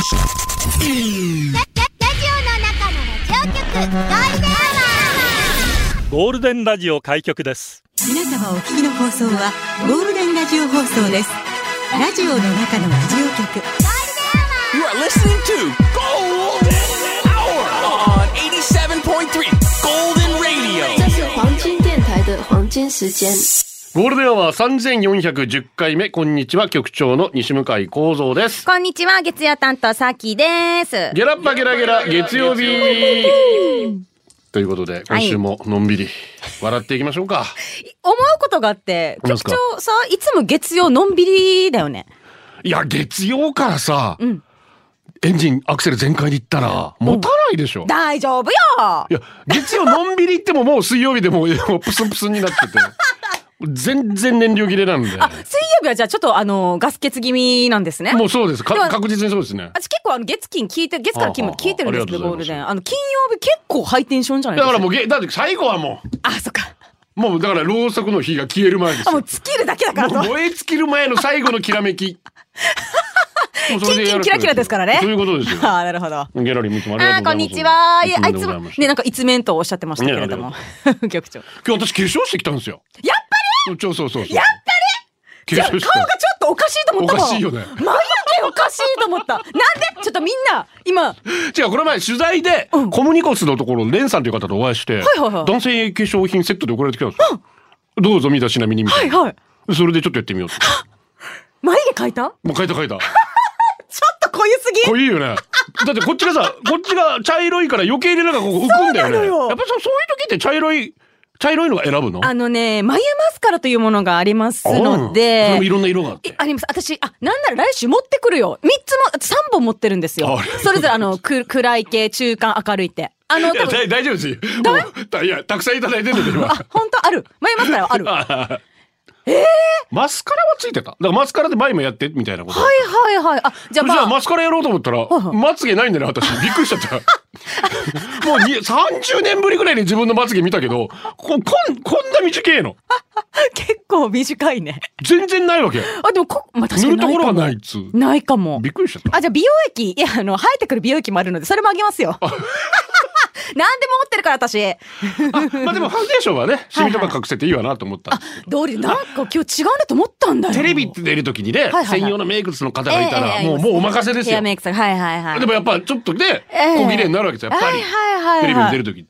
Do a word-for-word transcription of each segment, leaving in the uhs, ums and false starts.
ゴールデンラジオ開局です。 皆様お聞きの放送はゴールデンラジオ放送です。ラジオの中のラジオ局 You are listening to Golden Hour on エイティセブンポイントスリー Golden Radio。 这是黄金電台的黄金時間。 ゴールデンはさんぜんよんひゃくじゅっかいめ。こんにちは、局長の西向井光三です。 こんにちは、月曜担当さきです。 ゲラッパゲラゲラ月曜日ということで、今週ものんびり笑っていきましょうか。 思うことがあって、局長さ、いつも月曜のんびりだよね。 いや、月曜からさ、 うん、 エンジンアクセル全開でいったら持たないでしょ。 大丈夫よ。 いや、月曜のんびりいってももう水曜日でもうプスンプスンになってて全然燃料切れなんで。 あ、水曜日はじゃあちょっとあのガス欠気味なんですね。 もうそうですか、確実にそうですね。 私結構あの月金聞いて、月から金も聞いてるんですけど、ゴールデンあの金曜日結構ハイテンションじゃないですか。 だからもうゲだって最後はもう、あ、 そっか、 もうだからろうそくの火が消える前ですよ。 あ、もう尽きるだけだから。 もう燃え尽きる前の最後のきらめきキンキンキラキラですからね。 そういうことですよ。 ああ、なるほど。 ギャラリーいつもありがとうございます。 あ、こんにちは。いや、あいつもね、なんか一面とおっしゃってましたけれども、ね、局長。 今日私化粧してきたんですよ。 やっぱり。 そうそうそうそう。 やっぱり。顔がちょっとおかしいと思ったもん。 おかしいよね。 眉毛おかしいと思った。なんでちょっとみんな今。 違う、この前取材で、うん、コムニコスのところレンさんという方とお会いして、はいはいはい、男性化粧品セットで送られてきたんですよ。うん、どうぞ身だしなみにみたいな。はいはい。それでちょっとやってみようと。 眉毛描いた？ もう描いた描いた。 ちょっと濃ゆすぎ。 濃いよね。だってこっちがさ、こっちが茶色いから余計になんかこう浮くんだよね。よやっぱそういう時って茶色い茶色いのが選ぶの？ あのね、眉マスカラというものがありますので、 それもいろんな色があって。 あります。私、あ、なんなら来週持ってくるよ。みっつも、さんぼん持ってるんですよ。それぞれあの、く暗い系、中間、明るいって。あの、 いや大丈夫ですよ。いや、たくさんいただいてるんで今。 あ、本当ある。眉マスカラはある。えー、 マスカラはついてた。だからマスカラで前もやってみたいなこと。 はいはいはい。あ、じゃあ、まあ、 じゃあマスカラやろうと思ったら、はいはい、まつげないんだね私。びっくりしちゃった。もうにさんじゅうねんぶりぐらいに自分のまつげ見たけど、ここんこんな短いの。 結構短いね。 全然ないわけ。 あ、でもこ、まあ、確かに塗るところがないっつ。 ないかも。 びっくりしちゃった。 あ、じゃあ美容液、いや、あの生えてくる美容液もあるので、それもあげますよ。何でも持ってるから私。あ、 まあでもファンデーションはね、シミとか隠せていいわなと思った。 あ、道理なんか今日違うなと思ったんだよ。 テレビって出る時にね、はいはいはい、専用のメイクの方がいたら、えー、もうもうお任せですよ。 ヘアメイクさん、はいはいはい。 でもやっぱちょっとね、えー、小綺麗になるわけですよ。やっぱり、はいはいはいはい、テレビに出る時って。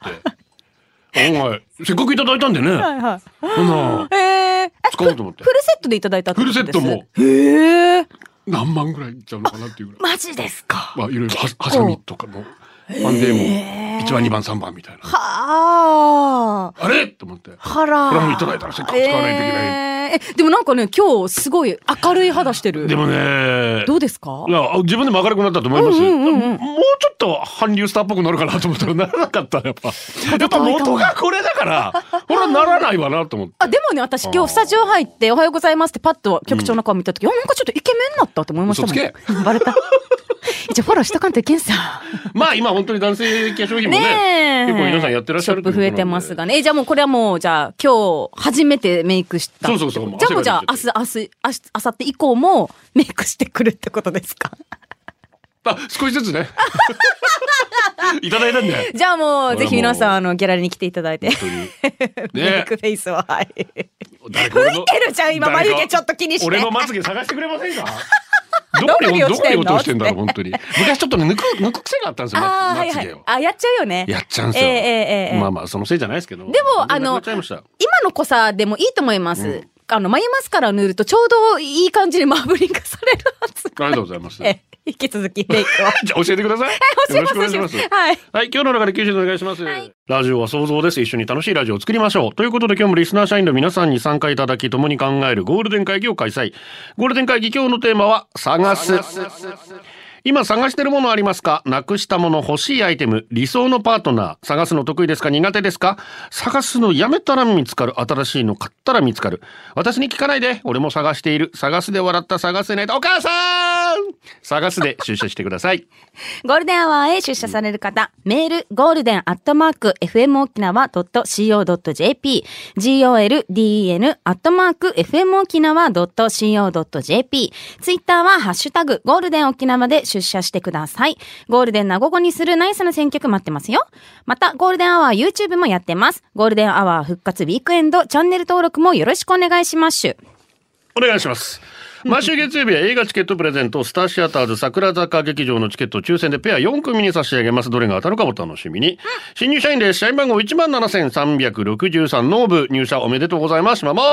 お前せっかくいただいたんでね。はいはい。うん、えー、使おうと思って。 フルセットでいただいたってことです。 フルセットも。 へえ。 何万ぐらいいっちゃうのかなっていうぐらい。 マジですか。 まあいろいろハサミとかも。ファンデもいちばんにばんさんばんみたいな。 はあ。あれと思って。 はら。 これもいただいたらせっかく使わないといけない。 えー、でもなんかね今日すごい明るい肌してる。 でもね。 どうですか？ いや自分でも明るくなったと思います。うんうんうんうん、もうちょっと韓流スターっぽくなるかなと思ったらならなかったやっぱ。やっぱ元がこれだからこれはならないわなと思って。 あでもね私今日スタジオ入っておはようございますってパッと局長の顔見た時、うん、なんかちょっとイケメンになったと思いましたもん。 嘘つけ。 バレた。一応フォローしとかんといけんさ。 まあ今本当に男性化粧品もね結構皆さんやってらっしゃるショップ増えてますがね。えじゃあもうこれはもうじゃあ今日初めてメイクした。 そうそうそう。 じゃあもうじゃあ明日明日明日明後日以降もメイクしてくるってことですか？ あ少しずつね。いただいたんで。 じゃあもうぜひ皆さんあのギャラリーに来ていただいて。メイクフェイスははい。吹いてるじゃん今眉毛ちょっと気にして。 俺のまつげ探してくれませんか？どこにどこに落としてんだろう本当に。昔ちょっとね抜く抜く癖があったんですよ。 あまつげを。あやっちゃうよね。 やっちゃうんですよ。えーえーえー、まあまあそのせいじゃないですけど。 でもあの今の濃さでもいいと思います。うん、あの眉マスカラを塗るとちょうどいい感じにマーブリン化されるはず。 ありがとうございます。 え引き続きメイクをじゃあ教えてください。はい、 教えます。よろしくお願いします。はい、 はい、今日の中で九州でお願いします。はい、ラジオは想像です。一緒に楽しいラジオを作りましょう。ということで今日もリスナー社員の皆さんに参加いただき共に考えるゴールデン会議を開催。ゴールデン会議今日のテーマは探す。今探してるものありますか？なくしたもの、欲しいアイテム、理想のパートナー。探すの得意ですか？苦手ですか？探すのやめたら見つかる。新しいの買ったら見つかる。私に聞かないで。俺も探している。探すで笑った。探せないと。お母さん探すで出社してください。 ゴールデンアワーへ出社される方、メール、ゴールデンアットマーク、エフエム 沖縄 ドット シーオー ドット ジェーピー、ゴールデン アットマーク、エフエム 沖縄 ドット シーオー ドット ジェーピー、ツイッターはハッシュタグ、ゴールデン沖縄で出社してください。ゴールデンな午後にするナイスな選曲待ってますよ。また、ゴールデンアワー YouTube もやってます。ゴールデンアワー復活ウィークエンド、チャンネル登録もよろしくお願いします。 お願いします。毎週月曜日は映画チケットプレゼント、スターシアターズ桜坂劇場のチケットを抽選でペアよん組に差し上げます。どれが当たるかお楽しみに。新入社員です。社員番号 いちまんななせんさんびゃくろくじゅうさん ノーブ入社おめでとうございます。しままー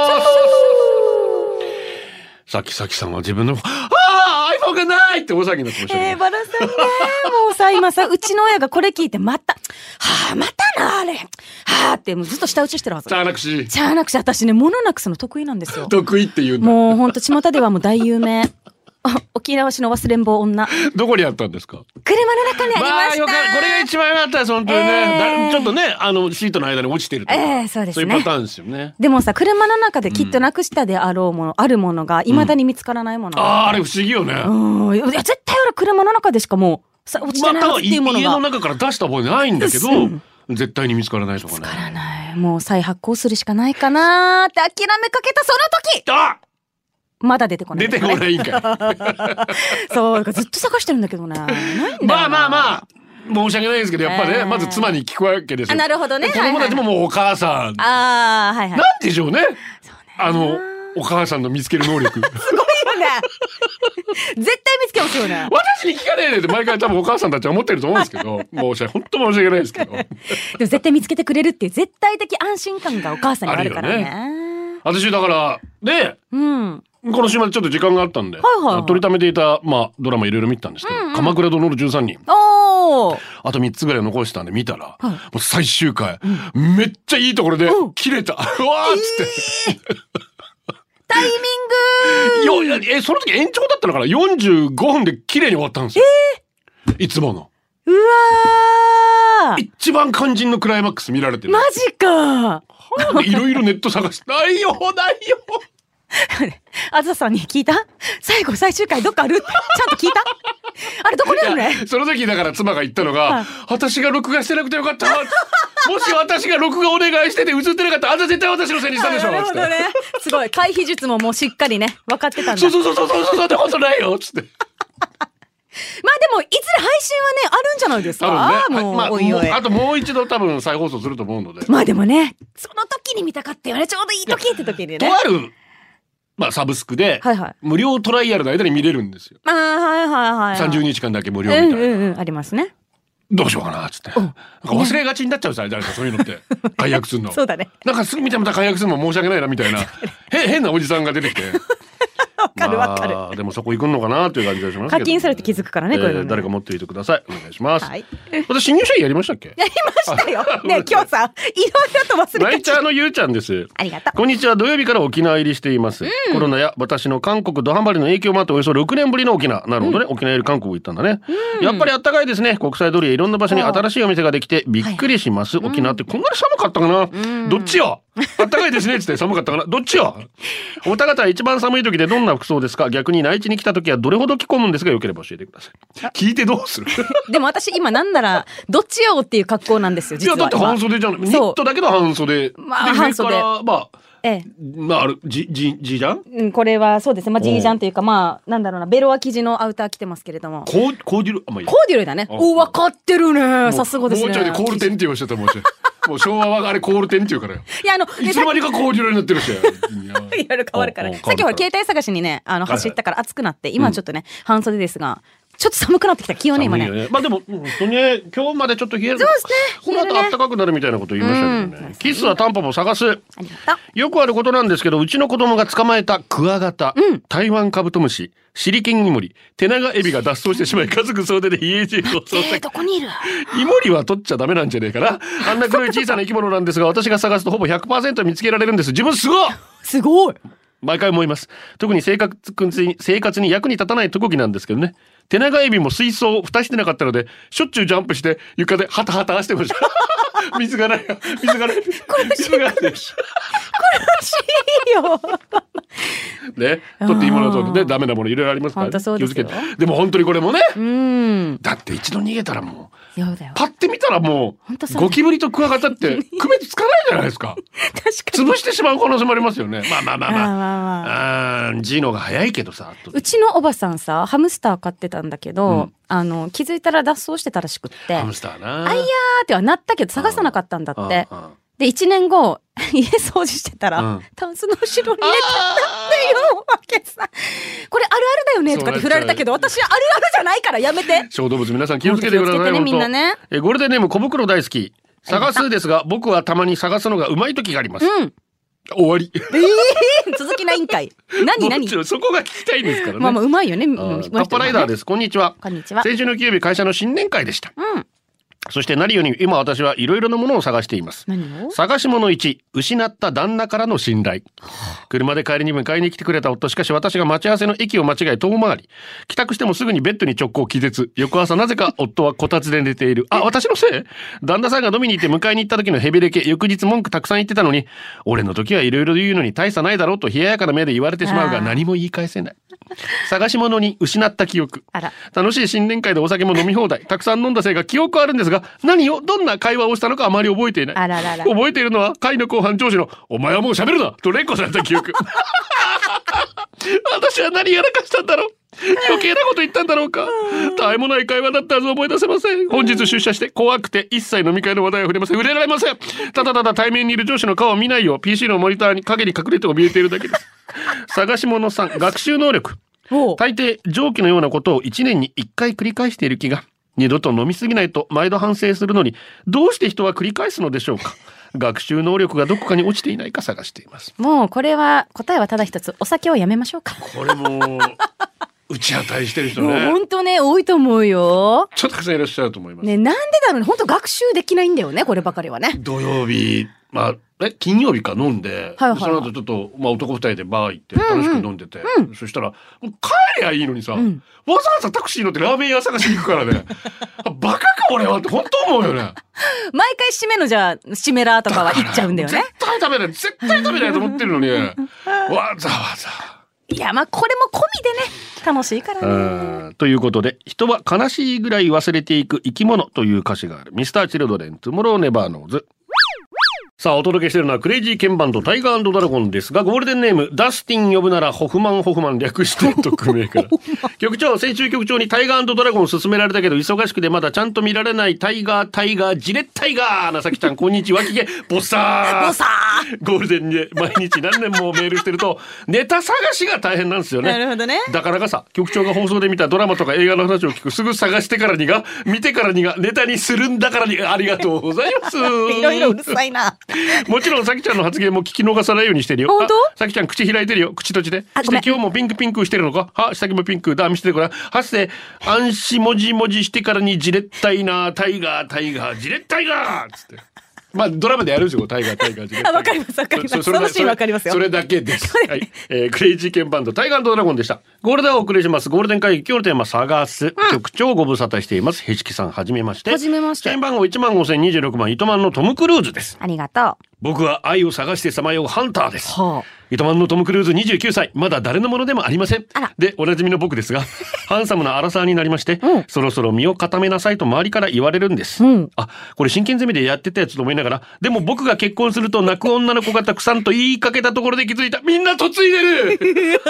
す。さきさきさんは自分のあー iPhone がないって大騒ぎになってましたね。 えー、バラさんね、もうさ、今さ、うちの親がこれ聞いてまたはあ、またなあれはあってもうずっと舌打ちしてるはず。 チャーナクシチャーナクシ私ね、物なくすの得意なんですよ。 得意って言うんだ。 もうほんと巷ではもう大有名沖縄市の忘れん坊女。 どこにあったんですか？ 車の中にありました。 まあ、よかこれが一番良かったです本当にね、えー、ちょっとね、あのシートの間に落ちてるとか、 えー、そうですね、 そういうパターンですよね。 でもさ、車の中できっとなくしたであろうもの、うん、あるものが未だに見つからないもの、 うん、ああ、あれ不思議よね。 うん、いや絶対俺車の中でしかもうさ落ちてないっていうものが、 また家の中から出した覚えないんだけど、うん、絶対に見つからないとかね。 見つからない。もう再発行するしかないかなーって諦めかけたその時、 あまだ出てこない、 ね、出てこないんかいそうずっと探してるんだけどね。ないんだよな。 まあまあまあ申し訳ないですけど、やっぱね、えー、まず妻に聞くわけですよ。 あ、なるほどね。 子供たちももうお母さん、はいはい、 ああ、はいはい、 なんでしょうね。そうね、あのお母さんの見つける能力すごいよね絶対見つけますよね。 私に聞かねえでって毎回多分お母さんたちは思ってると思うんですけどもう本当申し訳ないですけどでも絶対見つけてくれるっていう絶対的安心感がお母さんにあるからね。 ね、私だからで、 うん、 この週末ちょっと時間があったんで、 はいはいはい、 取りためていた、まあ、ドラマいろいろ見てたんですけど、うんうん、鎌倉殿のじゅうさんにん、 おー、 あとみっつぐらい残してたんで見たら、 はい、 もう最終回、うん、めっちゃいいところで切れた、うわーっつって、えータイミングよえその時延長だったのかな、よんじゅうごふんで綺麗に終わったんですよ、えー、いつものうわー一番肝心のクライマックス見られてる。 マジか。 いろいろネット探してないよないよあずささんに聞いた？最後最終回どっかある？ちゃんと聞いた？あれどこにあるね？ その時だから妻が言ったのが、はい、私が録画してなくてよかったもし私が録画お願いしてて映ってなかったらあんた絶対私のせいにしたんでしょ。 なるほどね。すごい回避術ももうしっかりね分かってたんだ。 そうそうそうそうそうそうってことないよつってまあでもいずれ配信はねあるんじゃないですか。 ね、 もう、 まあ、 おいおいあともう一度多分再放送すると思うので、 まあでもねその時に見たかったよね。ちょうどいい時って時にね、 とあるまあサブスクで、はいはい、無料トライアルの間に見れるんですよ。 あはいはいはい、 さんじゅうにちかんだけ無料みたいな、うんうんうん、ありますね。どうしようかなっつってなんか忘れがちになっちゃうさ、誰かそういうのって解約するのそうだね。 なんかすぐ見てまた解約するのも申し訳ないなみたいな変なおじさんが出てきてわかるわかる、 まあ、でもそこ行くのかなという感じがしますけど、 課金されて気づくからね、えー、これね。 誰か持っていてください。お願いします、はい、 私新入社員やりましたっけ？ やりましたよね。今日さいろいろと忘れナイチャーのゆうちゃんです。 ありがとう。 こんにちは。土曜日から沖縄入りしています、うん、コロナや私の韓国ドハマりの影響もあっておよそろくねんぶりの沖縄。なるほどね、うん、沖縄より韓国行ったんだね、うん、やっぱりあったかいですね。国際通りやいろんな場所に新しいお店ができてびっくりします、はい、沖縄ってこんなに寒かったかな、うん、どっちよあったかいですねっつって寒かったかなどっちよ。おた方は一番寒い時でどんな服装ですか？逆に内地に来た時はどれほど着込むんですか？よければ教えてください。聞いてどうするでも私今なんならどっちよっていう格好なんですよ実は。 いやだって半袖じゃん。ニットだけど半袖、 まあ、半袖からまあええ、 まああるジジジージャン、 うん、これはそうですね、まあ、ジージャンというかまあなんだろうな、ベロア生地のアウター着てますけれども、 コーコーデュロイ、あ、まあいい、 コーデュロイだね。お分かってるね、さすがですね。 もうちょいでコールテンって言わせてたもんもう昭和はあれコールテンって言うからよ。 いやあのいつの間にかコーデュロイになってるしいろいろ変わるからさっきほら携帯探しにねあの走ったから暑くなって今ちょっとね、うん、半袖ですがちょっと寒くなってきた気温ね今ね。 ねまあでも本当にね今日までちょっと冷える。 そうですね。 この後暖かくなるみたいなこと言いましたけどね、うん、キスはタンポポ探す。 ありがとう。 よくあることなんですけどうちの子供が捕まえたクワガタ、うん、台湾カブトムシ、シリケンイモリ、テナガエビが脱走してしまい家族総出で家中を捜索。 えー、どこにいる？ イモリは取っちゃダメなんじゃねえかな。あんな黒い小さな生き物なんですが私が探すとほぼ ひゃくパーセント 見つけられるんです。自分すごいすごい毎回思います。特に生活に生活に役に立たない特技なんですけどね。テナガエビも水槽を蓋してなかったのでしょっちゅうジャンプして床でハタハタしてました水がない水がない苦しい苦しいよね、取っていいものとでダメなものいろいろありますから、ね、 本当そうですよ。 気をつけて。でも本当にこれもね、 うん、 だって一度逃げたらもうそうだよ。 パッて見たらもうゴキブリとクワガタって区別つかないじゃないですか。 確かに潰してしまう可能性もありますよね。まあまあまあまあ、 あまあまあ、 あジーノが早いけどさ。 うちのおばさんさハムスター飼ってたんだけど、うん、あの気づいたら脱走してたらしくって、 ハムスターなあいやーってはなったけど探さなかったんだって。でいちねんご家掃除してたら、うん、タンスの後ろに寝てたっていうわけさ。これあるあるだよねとかって振られたけど、私あるあるじゃないからやめて。 小動物皆さん気をつけてください。 気をつけてねみんなね。 えゴールデンネーム小袋大好き。探すですが僕はたまに探すのがうまい時があります。うん、終わり。 えー、続きないんかい。何何。 そこが聞きたいんですからね。 まあまあうまいよね。 カッパライダーです。こんにちは。 こんにちは。 先週の金曜日会社の新年会でした。 うん。 そして何より今私はいろいろなものを探しています。 何を？ 探し物いち、失った旦那からの信頼。車で帰りに迎えに来てくれた夫、しかし私が待ち合わせの駅を間違え遠回り。帰宅してもすぐにベッドに直行気絶。翌朝なぜか夫はこたつで寝ている。あ、私のせい？旦那さんが飲みに行って迎えに行った時のヘビレケ、翌日文句たくさん言ってたのに、俺の時はいろいろ言うのに大差ないだろうと冷ややかな目で言われてしまうが何も言い返せない。探し物に失った記憶。 あら。 楽しい新年会でお酒も飲み放題。たくさん飲んだせいか記憶はあるんですが、何をどんな会話をしたのかあまり覚えていない。 あららら。 覚えているのは会の後半上司のお前はもう喋るなと連呼された記憶。私は何やらかしたんだろう。余計なこと言ったんだろうか。たわいもない会話だったはず思い出せません。本日出社して怖くて一切飲み会の話題は触れません。触れられません。ただただ対面にいる上司の顔を見ないよう ピーシー のモニターに影に隠れて怯えているだけです。探し物さん、学習能力。大抵上記のようなことをいちねんにいっかい繰り返している気が。二度と飲みすぎないと毎度反省するのにどうして人は繰り返すのでしょうか。学習能力がどこかに落ちていないか探しています。 もうこれは答えはただ一つ、お酒をやめましょうか。 これも打ち当たりしてる人ね。 本当ね多いと思うよ。 ちょっとたくさんいらっしゃると思います。 ね、なんでだろうね。本当学習できないんだよねこればかりはね。 土曜日まあえ金曜日か飲んで、はいはいはい、その後ちょっと、まあ、男二人でバー行って楽しく飲んでて、うんうん、そしたらもう帰りゃいいのにさ、うん、わざわざタクシー乗ってラーメン屋探しに行くからねバカか俺はって本当思うよね。 毎回締めのじゃあ締めラーとかは行っちゃうんだよね。 絶対食べない絶対食べないと思ってるのにわざわざ。 いやまあこれも込みでね楽しいからね。 ということで人は悲しいぐらい忘れていく生き物という歌詞があるミスターチルドレントゥモローネバーノーズ。さあお届けしているのはクレイジーケンバンドタイガー&ドラゴンですが、ゴールデンネームダスティン呼ぶならホフマンホフマン略して匿名から局長、先週局長にタイガー&ドラゴンを勧められたけど忙しくてまだちゃんと見られないタイガータイガージレッタイガーなさきちゃんこんにちは。きげボッサーボッサーゴールデンで毎日何年もメールしてるとネタ探しが大変なんですよね。 なるほどね。 だからかさ局長が放送で見たドラマとか映画の話を聞く、すぐ探してからにが見てからにがネタにするんだからにありがとうございます。 いろいろうるさいな。 もちろんさきちゃんの発言も聞き逃さないようにしてるよ。 本当？ さきちゃん口開いてるよ。口閉じて。して今日もピンクピンクしてるのか。は下着もピンクだ見せてごらん。はして暗視文字文字してからにじれったいなタイガータイガーじれったいがーつって。まあドラマでやるんですよタイガータイガージレッタイガー。 わかりますわかります。そのシーンわかりますよ。 それだけです。はい、えー、クレイジーケンバンドタイガー&ドラゴンでした。ゴールデンをお送りします。ゴールデン会議今日のテーマ探す、うん、局長ご無沙汰しています。へしきさんはじめまして。 はじめまして。 社員番号いちまんごせんにじゅうろくばん糸満のトム・クルーズです。 ありがとう。 僕は愛を探してさまようハンターです。 はあ、 糸満のトム・クルーズにじゅうきゅうさい、まだ誰のものでもありません。でおなじみの僕ですがハンサムなアラサーになりまして、うん、そろそろ身を固めなさいと周りから言われるんです、うん、あこれ真剣ゼミでやってたやつと思いながら、でも僕が結婚すると泣く女の子がたくさんと言いかけたところで気づいた。みんな嫁いでる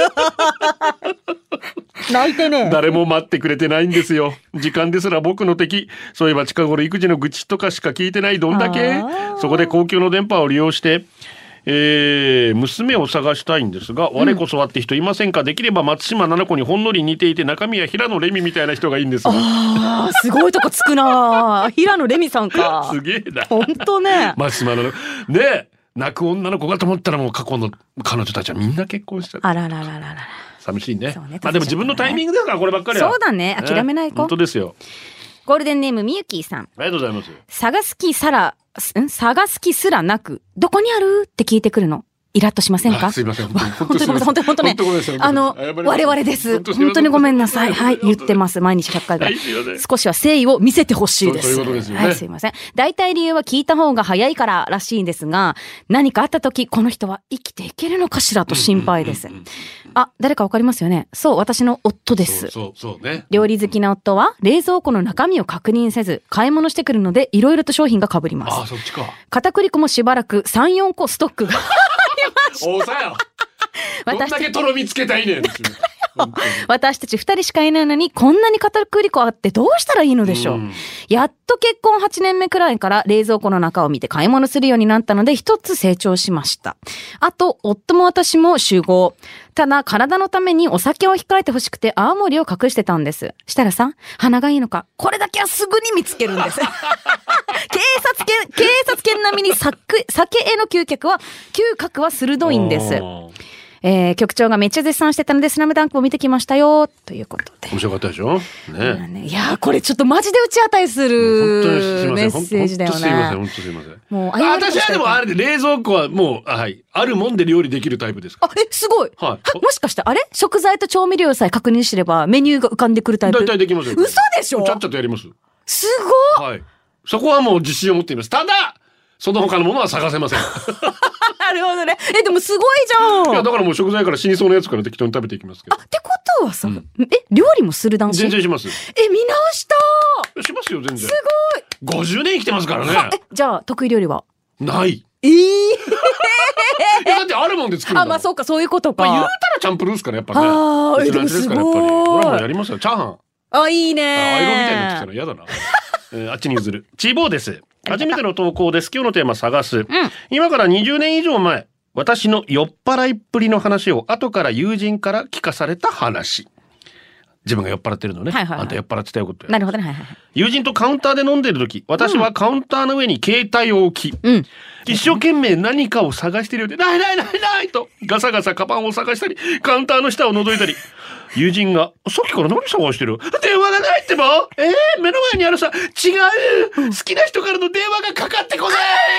泣いてね。 誰も待ってくれてないんですよ。時間ですら僕の敵。そういえば近頃育児の愚痴とかしか聞いてない。どんだけ。そこで公共の電波を利用して、えー、娘を探したいんですが、我こそはって人いませんか。できれば松島菜々子にほんのり似ていて中身は平野レミみたいな人がいいんですが。 あすごいとこつくな平野レミさんかすげえな本当ね。 松島菜々子ね、泣く女の子かと思ったらもう過去の彼女たちはみんな結婚しちゃう。 あららららら寂しい ね, ねまあでも自分のタイミングですからこればっかりは。 そうだね、諦めない子、 ね、本当ですよ。 ゴールデンネームみゆきーさん、 ありがとうございます。 探す気さらん探す気すらなくどこにあるって聞いてくるのイラッとしませんか。 すいません本当に本当に本当ねあの我々です本当にごめんなさい。はい言ってます毎日ひゃっかいぐらい、はい、少しは誠意を見せてほしいです。 そういうことですよね。 はいすいません。大体理由は聞いた方が早いかららしいんですが、何かあった時この人は生きていけるのかしらと心配です。 あ、誰かわかりますよね。そう、私の夫です。 そうそうそうね。 料理好きな夫は冷蔵庫の中身を確認せず買い物してくるのでいろいろと商品が被ります。 あ、そっちか。 片栗粉もしばらく さん,よん 個ストックがありました。 おさよ。どんだけとろみつけたいねん。 私たちふたりしかいないのにこんなに片栗粉あってどうしたらいいのでしょう、うん、やっと結婚はちねんめくらいから冷蔵庫の中を見て買い物するようになったので一つ成長しました。あと夫も私も集合。ただ体のためにお酒を控えてほしくて泡盛を隠してたんです。したらさ、鼻がいいのかこれだけはすぐに見つけるんです警察犬警察犬並みに酒への嗅覚は嗅覚は鋭いんです。えー、局長がめっちゃ絶賛してたのでスラムダンクを見てきましたよということで。 面白かったでしょ、ね、 ね、いやーこれちょっとマジで打ち当たりするメッセージだよね。 本当すいません本当すいません。 もう私はでもあれで冷蔵庫はもう、はい、あるもんで料理できるタイプですから。あ、え、すごい、はい、もしかしてあれ食材と調味料さえ確認すればメニューが浮かんでくるタイプ。 大体できますよ。 嘘でしょ。 ちゃっちゃとやります。 すごい、 はい、そこはもう自信を持っています。ただその他のものは探せませんなるほどね。え、でもすごいじゃん。 いやだからもう食材から死にそうなやつから適当に食べていきますけど。 あ、ってことはさ、うん、え、料理もする男子全然します。 え、見直したしますよ全然。 すごいごじゅうねん生きてますからね。 え、じゃあ得意料理はないえー、 えだってあるもんで作るんだもん。 あ、まあそうかそういうことか、 まあ、言うたらチャンプルーですからやっぱね。 ああ、え、でもすごい。 ほらもうやりますよチャーハン。 あ、いいね。 アイロンみたいになってきたら嫌だなえー、あっちに譲る。チーボーです。初めての投稿です。今日のテーマ探す、うん、今からにじゅうねん以上前、私の酔っ払いっぷりの話を後から友人から聞かされた話。自分が酔っ払ってるのね、はいはいはい、あんた酔っ払ってたよことや。 なるほどね、はいはい、 友人とカウンターで飲んでる時、私はカウンターの上に携帯を置き、うん、一生懸命何かを探してるようで、ないないないないとガサガサカバンを探したりカウンターの下を覗いたり、友人がさっきから何探してる？電話がないってば。えー、目の前にあるさ。違う、好きな人からの電話がかかってこない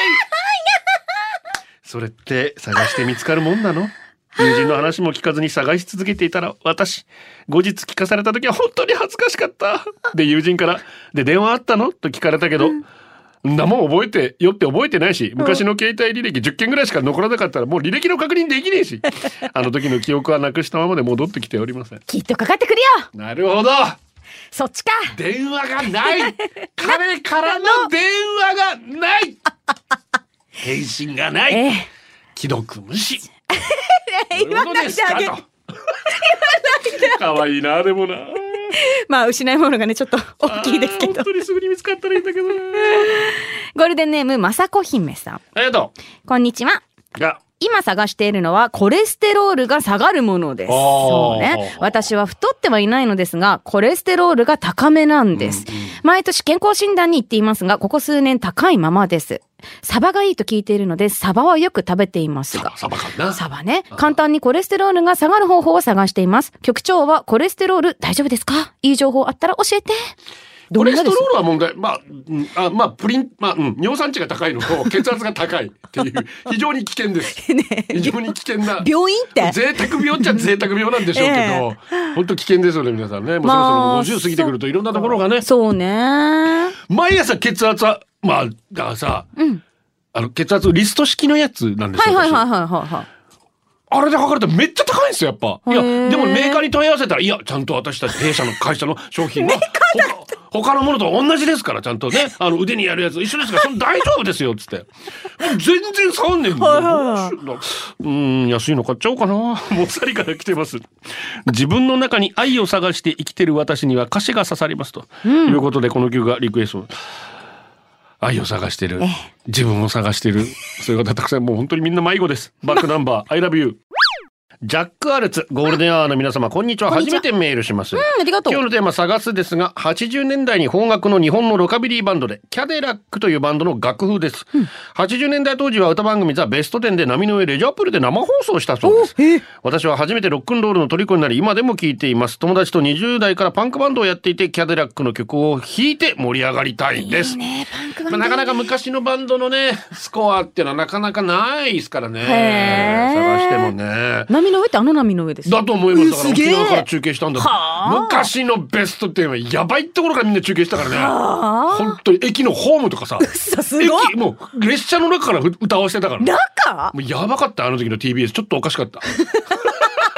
それって探して見つかるもんなの？友人の話も聞かずに探し続けていたら、私後日聞かされた時は本当に恥ずかしかったで、友人からで電話あったのと聞かれたけど、うん、何も覚えてよって覚えてないし、昔の携帯履歴じゅっけんぐらいしか残らなかったらもう履歴の確認できねえしあの時の記憶はなくしたままで戻ってきておりません。 きっとかかってくるよ。 なるほど、 そっちか。 電話がない彼からの電話がない返信がない、ええ、既読無視言わないであげてかわいいな。でもなまあ失い物がねちょっと大きいですけど、 本当にすぐに見つかったらいいんだけどなゴールデンネームまさこ姫さん、 ありがとう。 こんにちは。 が今探しているのはコレステロールが下がるものです。そうね。私は太ってはいないのですが、コレステロールが高めなんです。うんうん、毎年健康診断に行っていますが、ここ数年高いままです。サバがいいと聞いているので、サバはよく食べていますが。 サバかな。 サバね。簡単にコレステロールが下がる方法を探しています。局長はコレステロール大丈夫ですか？いい情報あったら教えて。 コレステロールは問題、まあ、あまあ、プリン、まあ、うん、尿酸値が高いのと血圧が高いっていう、非常に危険です。ね、非常に危険な。 病院って贅沢病っちゃ贅沢病なんでしょうけど、えー、本当危険ですよね、皆さんね。もうそろそろごじゅう過ぎてくるといろんなところがね。 そうね。 毎朝血圧は、まあ、だからさ、うん、あの、血圧リスト式のやつなんですよ。 はいはいはいはいはい。 あれで測るとめっちゃ高いんですよ、やっぱ。いや、でもメーカーに問い合わせたら、いや、ちゃんと私たち弊社の会社の商品は他、他のものと同じですから、ちゃんとね、あの腕にやるやつ一緒ですから、その大丈夫ですよ、つって。全然下がんねえんだよ。うん、安いの買っちゃおうかな。もっさりから来てます。自分の中に愛を探して生きてる私には歌詞が刺さりますと。うん、いうことで、この曲がリクエスト。愛を探してる、自分を探してる、そういう方たくさん、もう本当にみんな迷子です。バックナンバー I love you。 ジャックアルツ、ゴールデンアワーの皆様、こんにちは。初めてメールします。うん、ありがとう。今日のテーマ探すですが、はちじゅうねんだいに邦楽の日本のロカビリーバンドでキャデラックというバンドの楽譜です。うん、はちじゅうねんだい当時は歌番組ザ・ベストテンで波の上レジャープールで生放送したそうです。私は初めてロックンロールの虜になり、今でも聴いています。友達とにじゅうだいからパンクバンドをやっていて、キャデラックの曲を弾いて盛り上がりたいです。いいね、パンクバンド。まあ、なかなか昔のバンドのねスコアっていうのはなかなかないですからね。探してもね。 波の上ってあの波の上ですだと思います。だから沖縄から中継したんだ。昔のベストテンはやばいところからみんな中継したからね。本当に駅のホームとかさ、 すごい駅もう列車の中から歌わせてたから。 中？ もうやばかった。あの時の ティービーエス ちょっとおかしかった。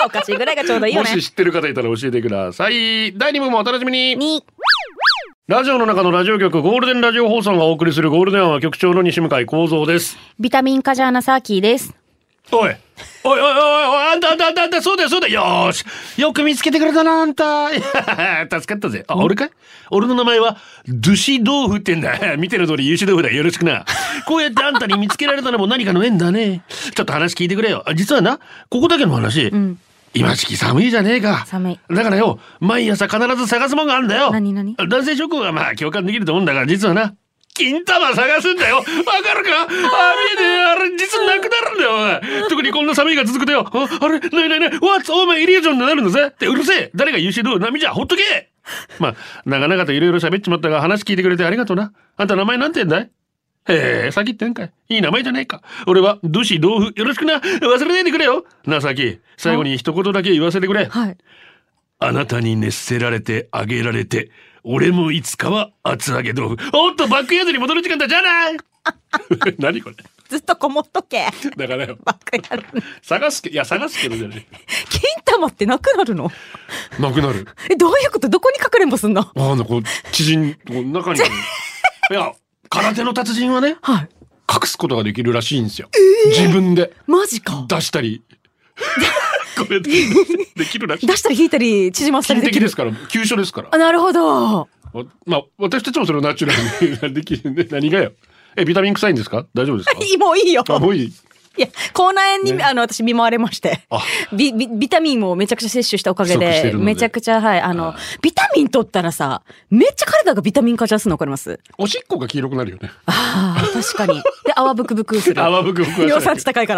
おかしいぐらいがちょうどいいよね。 もし知ってる方いたら教えてください。だいに部もお楽しみに。 にラジオの中のラジオ局ゴールデンラジオ放送がお送りするゴールデンは局長の西向井光三です。 ビタミンカジャーナサーキーです。 おいおいおいおいおい、あんたあんたあんたあんた、そうだよそうだよ、よーし、よく見つけてくれたなあんた。助かったぜ。あ、俺かい？俺の名前はドゥシ豆腐ってんだ。見ての通り油脂豆腐だ。よろしくな。こうやってあんたに見つけられたのも何かの縁だね。ちょっと話聞いてくれよ。実はな、ここだけの話、うん、今時期寒いじゃねえか。寒い。だからよ、毎朝必ず探すもんがあるんだよ。何何？男性諸君はまあ共感できると思うんだが、実はな、金玉探すんだよ。わかるか？あ、見えて、あれ実なくなるんだよ。特にこんな寒いが続くとよ。あ、あれ、なになになに、What's all my illusion になるんだぜ。ってうるせえ。誰が優秀どう波じゃほっとけ。まあ、長々といろいろ喋っちまったが、話聞いてくれてありがとうな。あんた名前なんて言うんだい？へえ、先言ってんかい。いい名前じゃねえか。俺はドゥシ豆腐。よろしくな。忘れないでくれよ。なあ、さき、最後に一言だけ言わせてくれ。はい。あなたに熱せられてあげられて、俺もいつかは厚揚げ豆腐。おっと、バックヤードに戻る時間だじゃない。何これ。 ずっとこもっとけ。 だからよ。 バックヤード。 探すけ、いや探すけどじゃね。 金玉ってなくなるの？ なくなる。 え、どういうこと？どこにかくれんぼすんの？ あのこう縮ん、こう中に。いや、空手の達人はね、はい、隠すことができるらしいんですよ。えー、自分で。マジか。出したり。これでできるらしい。出したり引いたり縮ませたりできる。金的ですから、急所ですから。あ、なるほど。まあ私たちもそれをナチュラルにできるね。何がよ。え、ビタミン臭いんですか？大丈夫ですか？もういいよ。あ、もういい。いや、口内炎に、ね、あの、私見舞われまして。ビ、ビ、ビタミンをめちゃくちゃ摂取したおかげで、めちゃくちゃ、はい、あの、ビタミン取ったらさ、めっちゃ体がビタミン化するの分かります？おしっこが黄色くなるよね。ああ、確かに。で、泡ブクブクする。泡ブクブク。尿酸値高いから。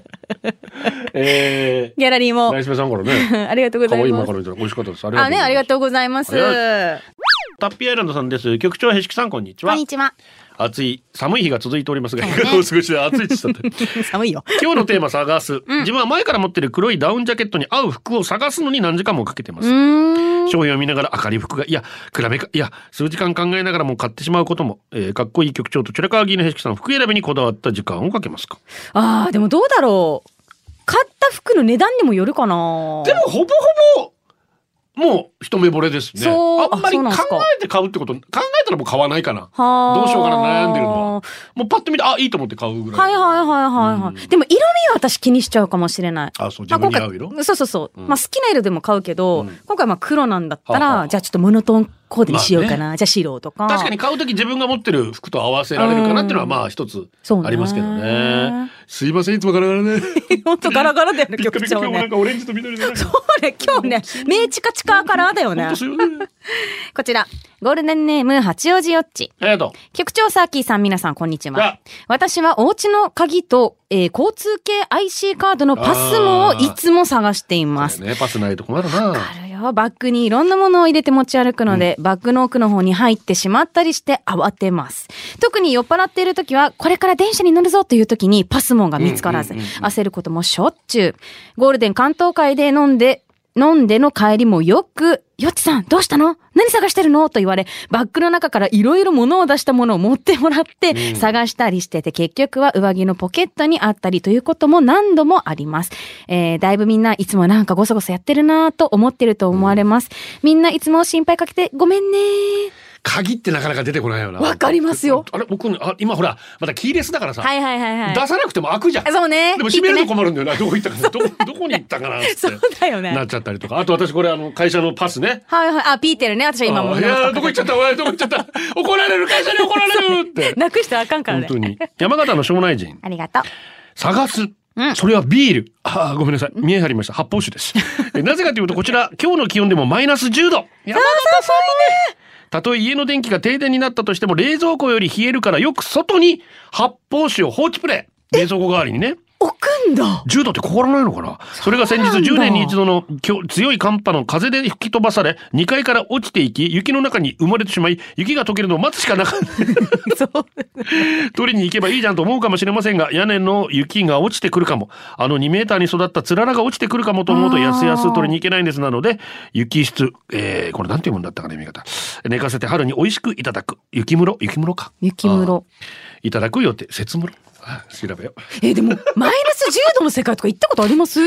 えー、ギャラリーも。ナイスメさんからね。ありがとうございます。可愛いマカロニ美味しかったです。ありがとうございます。あ、ね、ありがとうございます。タッピーアイランドさんです。局長へしきさん、こんにちは。こんにちは。暑い寒い日が続いておりますが、いかがお過ごしで暑いって言ったって寒いよ。今日のテーマ探す、うん、自分は前から持ってる黒いダウンジャケットに合う服を探すのに何時間もかけてます。商品を見ながら明るい服がいや比べかいや数時間考えながらも買ってしまうことも、えー、かっこいい局長とチュラカーギーのへしきさん、服選びにこだわった時間をかけますか？あー、でもどうだろう、買った服の値段にもよるかな。でもほぼほぼもう一目惚れですね。あんまり考えて買うってこと、考えたらもう買わないかな。どうしようかな悩んでるのは。もうパッと見て、あ、いいと思って買うぐらい。はいはいはいはいはい。うん、でも色味は私気にしちゃうかもしれない。あ、そう、自分に合う色？そうそうそう。うん、まあ好きな色でも買うけど、うん、今回まあ黒なんだったら、ははじゃあちょっとモノトーンコーデにしようかな。まあね、じゃあ白とか。確かに買うとき自分が持ってる服と合わせられるかなっていうのはまあ一つありますけどね。すいません、いつもガラガラね。本当ガラガラだよね、局長ね。今日もなんかオレンジと緑で。そうね、今日ね、目チカチカカラーだよね。こちら、ゴールデンネーム八王子よっち。ありがとう。局長サーキーさん、皆さんこんにちは。私はお家の鍵と、えー、交通系 アイシー カードのパスモをいつも探しています。ね、パスないと困るな。わかるよ。バッグにいろんなものを入れて持ち歩くので、うん、バッグの奥の方に入ってしまったりして慌てます。特に酔っ払っている時は、これから電車に乗るぞという時にパスモが見つからず、焦ることもしょっちゅう。ゴールデン関東会で飲んで、飲んでの帰りもよく、よっちさんどうしたの？何探してるの？と言われ、バッグの中からいろいろ物を出したものを持ってもらって探したりしてて、結局は上着のポケットにあったりということも何度もあります。えー、だいぶみんないつもなんかごそごそやってるなと思ってると思われます。みんないつも心配かけてごめんね。鍵ってなかなか出てこないよな。わかりますよ。あれ僕あ今ほらまだキーレスだからさ、はいはいはいはい、出さなくても開くじゃん。そうね。でも閉めると困るんだよな。どこ行ったかな、どどこに行ったかなってそうだよね、なっちゃったりとか。あと私これあの会社のパスね。はいはい。あ、ピーテルね。私は今もういやどこ行っちゃったおいどこ行っちゃった怒られる、会社に怒られるってなくしてあかんからね。本当に。山形の庄内人。ありがとう。探す。うん、それはビール。ああ、ごめんなさい。見え張りました。発泡酒です。なぜかというとこちら今日の気温でもマイナスじゅうど。山形寒いね。たとえ家の電気が停電になったとしても冷蔵庫より冷えるからよく外に発泡酒を放置プレイ。冷蔵庫代わりにね。置くんだ。じゅうどって心ないのかな。それが先日じゅうねんに一度の強い寒波の風で吹き飛ばされにかいから落ちていき雪の中に埋もれてしまい雪が溶けるのを待つしかなかった取りに行けばいいじゃんと思うかもしれませんが屋根の雪が落ちてくるかも、あのにメーターに育ったつららが落ちてくるかもと思うとやすやす取りに行けないんです。なので雪質、えー、これなんて読むんだったかね、見方寝かせて春に美味しくいただく雪室雪室か雪室いただくよって節室調べよう。えー、でもマイナスじゅうどの世界とか行ったことあります？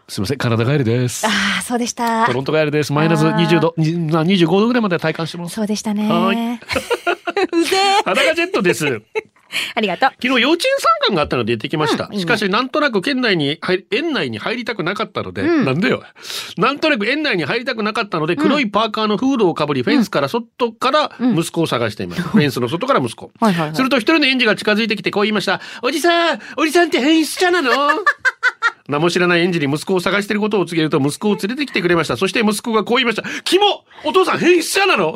すいません、カナダ帰りです。 ああ、そうでした。 トロント帰りです。マイナスにじゅうど、にじゅうごどぐらいまで体感してます。 そうでしたね。 はいうぜえ。 裸ジェットです。 ありがとう。 昨日幼稚園参観があったので行ってきました。 うんいいね、 しかしなんとなく県内に入園内に入りたくなかったので、 うん、 なんでよ。なんとなく園内に入りたくなかったので、黒いパーカーのフードをかぶり、フェンスから外から息子を探しています。うん、フェンスの外から息子。はいはいはい、すると一人の園児が近づいてきてこう言いました。おじさん、おじさんって変質者なの？名も知らない園児に息子を探していることを告げると息子を連れてきてくれました。そして息子がこう言いました。キモ！お父さん変質者なの？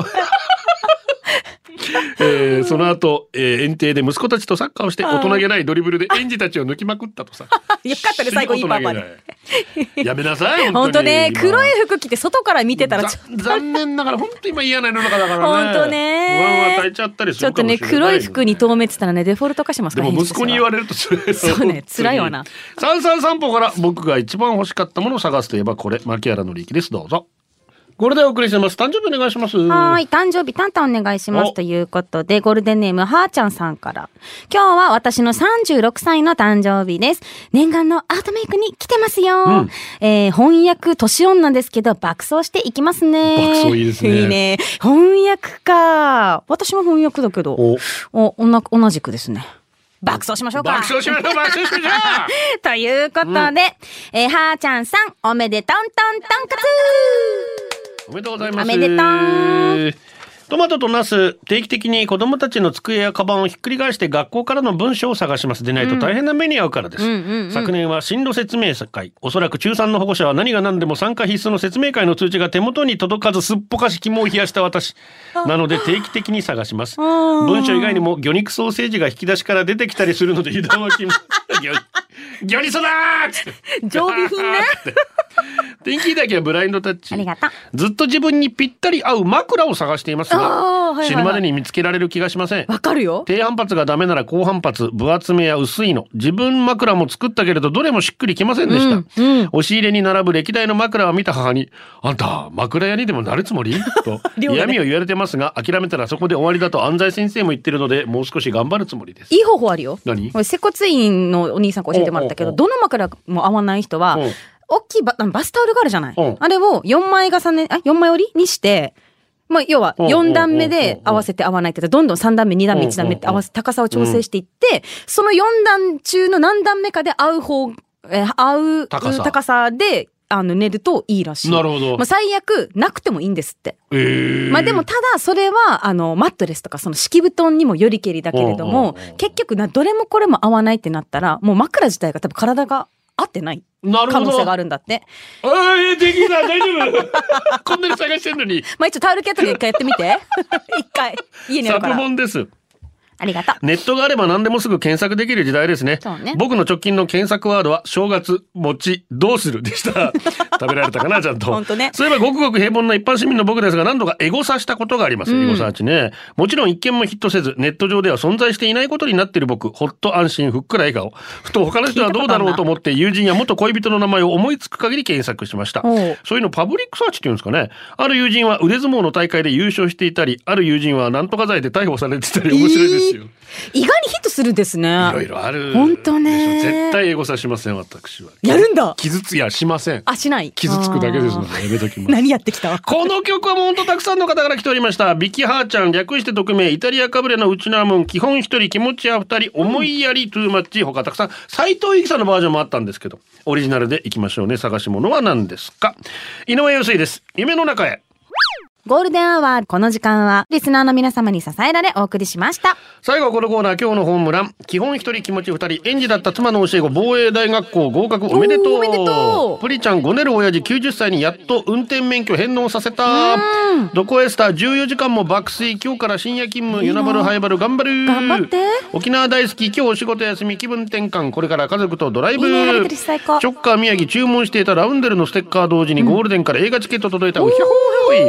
えー、その後、えー、園庭で息子たちとサッカーをして大人げないドリブルで園児たちを抜きまくったとさ。 よかったね、最後いいパパで。 やめなさい。 本当ね、黒い服着て外から見てたらちょっと残念ながら本当今嫌な世の中だからね。 本当ね。 不安を与えちゃったりするかもしれない、ね。ちょっとね、黒い服に遠目ってたらね、デフォルト化しますから。 でも息子に言われるとそれそうね、辛いわな。 三三散歩から僕が一番欲しかったものを探すといえばこれ、牧原のりきです。どうぞ。これでお送りしてます。誕生日お願いします。 はい。誕生日タンタンお願いします。ということで、ゴールデンネームはーちゃんさんから。今日は私のさんじゅうろくさいの誕生日です。念願のアートメイクに来てますよ。うん、えー、翻訳年女ですけど、爆走していきますね。 爆走いいですね。 いいね。翻訳か。私も翻訳だけど、お、お、おな、同じくですね。爆走しましょうか。 爆走しましょう、爆走しましょう。 ということで、うん、えー、はーちゃんさん、おめでとんとんとんかつおめでとうございます。 おめでとう。 トマトとナス、定期的に子供たちの机やカバンをひっくり返して学校からの文章を探します。でないと大変な目に遭うからです。うんうんうんうん、昨年は進路説明会。おそらく中さんの保護者は何が何でも参加必須の説明会の通知が手元に届かずすっぽかし肝を冷やした私。なので定期的に探します。文章以外にも魚肉ソーセージが引き出しから出てきたりするので油断は禁物。魚肉ソだーっつって。 常備品ね。 天気だけはブラインドタッチ。 ありがとう。 ずっと自分にぴったり合う枕を探していますが、 はいはいはい、 死ぬまでに見つけられる気がしません。 わかるよ。 低反発がダメなら高反発、分厚めや薄いの。自分枕も作ったけれどどれもしっくりきませんでした。うんうん、押し入れに並ぶ歴代の枕を見た母に、あんた枕屋にでもなるつもりと嫌味を言われてますが、諦めたらそこで終わりだと安西先生も言ってるので、もう少し頑張るつもりです。 いい方法あるよ。 何？ 接骨院のお兄さんが教えてもらったけど、どの枕も合わない人は、大きい バ, バスタオルがあるじゃない、うん、あれをよんまい重ねあよんまい折りにして、まあ、要はよん段目で合わせて合わないってどんどんさん段目に段目いち段目って合わせ高さを調整していって、そのよん段中の何段目かで合う方、えー、合う高さ、高さであの寝るといいらしい。 なるほど。 まあ、最悪なくてもいいんですって。 えー、 まあでもただそれはあのマットレスとかその敷布団にもよりけりだけれども、結局などれもこれも合わないってなったらもう枕自体が多分体が合ってない可能性があるんだって。 ああ、できない、大丈夫。こんなに探してんのに。 まあ一応タオルケットで一回やってみて。一回家にあるから。 サプモンです。 ありがとう。 ネットがあれば何でもすぐ検索できる時代ですね。 そうね。 僕の直近の検索ワードは正月、餅、どうするでした。食べられたかな、ちゃんと。 本当ね。 そういえばごくごく平凡な一般市民の僕ですが、何度かエゴサしたことがあります。うん、エゴサーチね。もちろん一件もヒットせず、ネット上では存在していないことになっている僕、ほっと安心、ふっくら笑顔。ふと他の人はどうだろうと思って友人や元恋人の名前を思いつく限り検索しました。そういうのパブリックサーチっていうんですかね。ある友人は腕相撲の大会で優勝していたり、ある友人はなんとか罪で逮捕されてたり面白いですよ。 えー意外にヒットするんですね。 いろいろある。 本当ね。 絶対エゴサしません、私は。 やるんだ。 傷つやしません。 あ、しない。 傷つくだけですのでやめときます。 何やってきた。 この曲はもう本当たくさんの方から来ておりました。ビキハーちゃん、略して匿名、イタリアかぶれのうちなもん、基本一人、気持ちや二人、思いやりトゥーマッチ、他たくさん。斉藤由貴さんのバージョンもあったんですけど、オリジナルでいきましょうね。探し物は何ですか。井上陽水です。夢の中へ。 ゴールデンアワー、この時間はリスナーの皆様に支えられお送りしました。 最後はこのコーナー、今日のホームラン。基本一人気持ち二人、園児だった妻の教え子、防衛大学校合格おめでとう。 おめでとう。 プリちゃんごねる親父きゅうじゅっさいにやっと運転免許返納させた。どこエスターじゅうよじかんも爆睡、今日から深夜勤務、与那原ハイバル頑張る。 頑張って。 沖縄大好き、今日お仕事休み、気分転換、これから家族とドライブ。 いいね、晴れてるし最高。 ショッカー宮城注文していたラウンデルのステッカー同時にゴールデンから映画チケット届いた。うひょほーい。 いいね。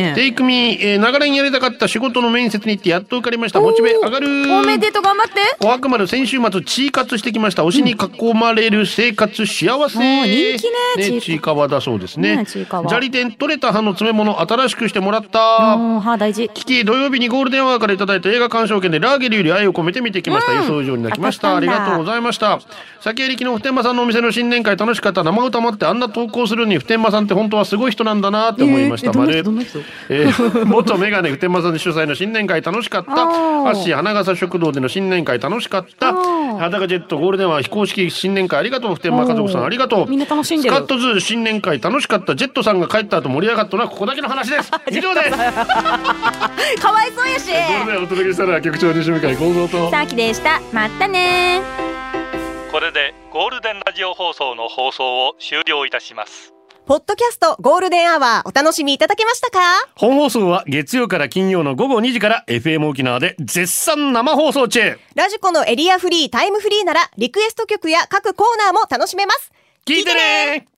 ね。 テイクミ、えー、長年やりたかった仕事の面接に行ってやっと受かりました。モチベ上がる。 おめでとう、頑張って。 琥珀丸、先週末チー活してきました。推しに囲まれる生活幸せ。 もう人気ね。 ね、ちいかわだそうですね。 ね、ちいかわ。 砂利店取れた歯の詰め物新しくしてもらった。 歯大事。 キキ、土曜日にゴールデンアワーからいただいた映画鑑賞券でラーゲリより愛を込めて見てきました。予想以上に泣きました。ありがとうございました。先入りの普天間さんのお店の新年会楽しかった。生歌もあってあんな投稿するに普天間さんって本当はすごい人なんだなって思いました。まる。えー、元メガネ普天間さん主催の新年会楽しかった。アッシー花笠食堂での新年会楽しかった。裸ジェットゴールデンは非公式新年会ありがとう。普天間家族さんありがとう。 みんな楽しんでる。 スカットズ新年会楽しかった。ジェットさんが帰った後盛り上がったのはここだけの話です。以上です。 かわいそうやし。 ゴールデンお届けしたのは局長西向井幸三とさあきでした。またね。 これでゴールデンラジオ放送の放送を終了いたします。 ポッドキャストゴールデンアワーお楽しみいただけましたか？ 本放送は月曜から金曜の午後にじから エフエム 沖縄で絶賛生放送中。 ラジコのエリアフリータイムフリーならリクエスト曲や各コーナーも楽しめます。 聞いてね。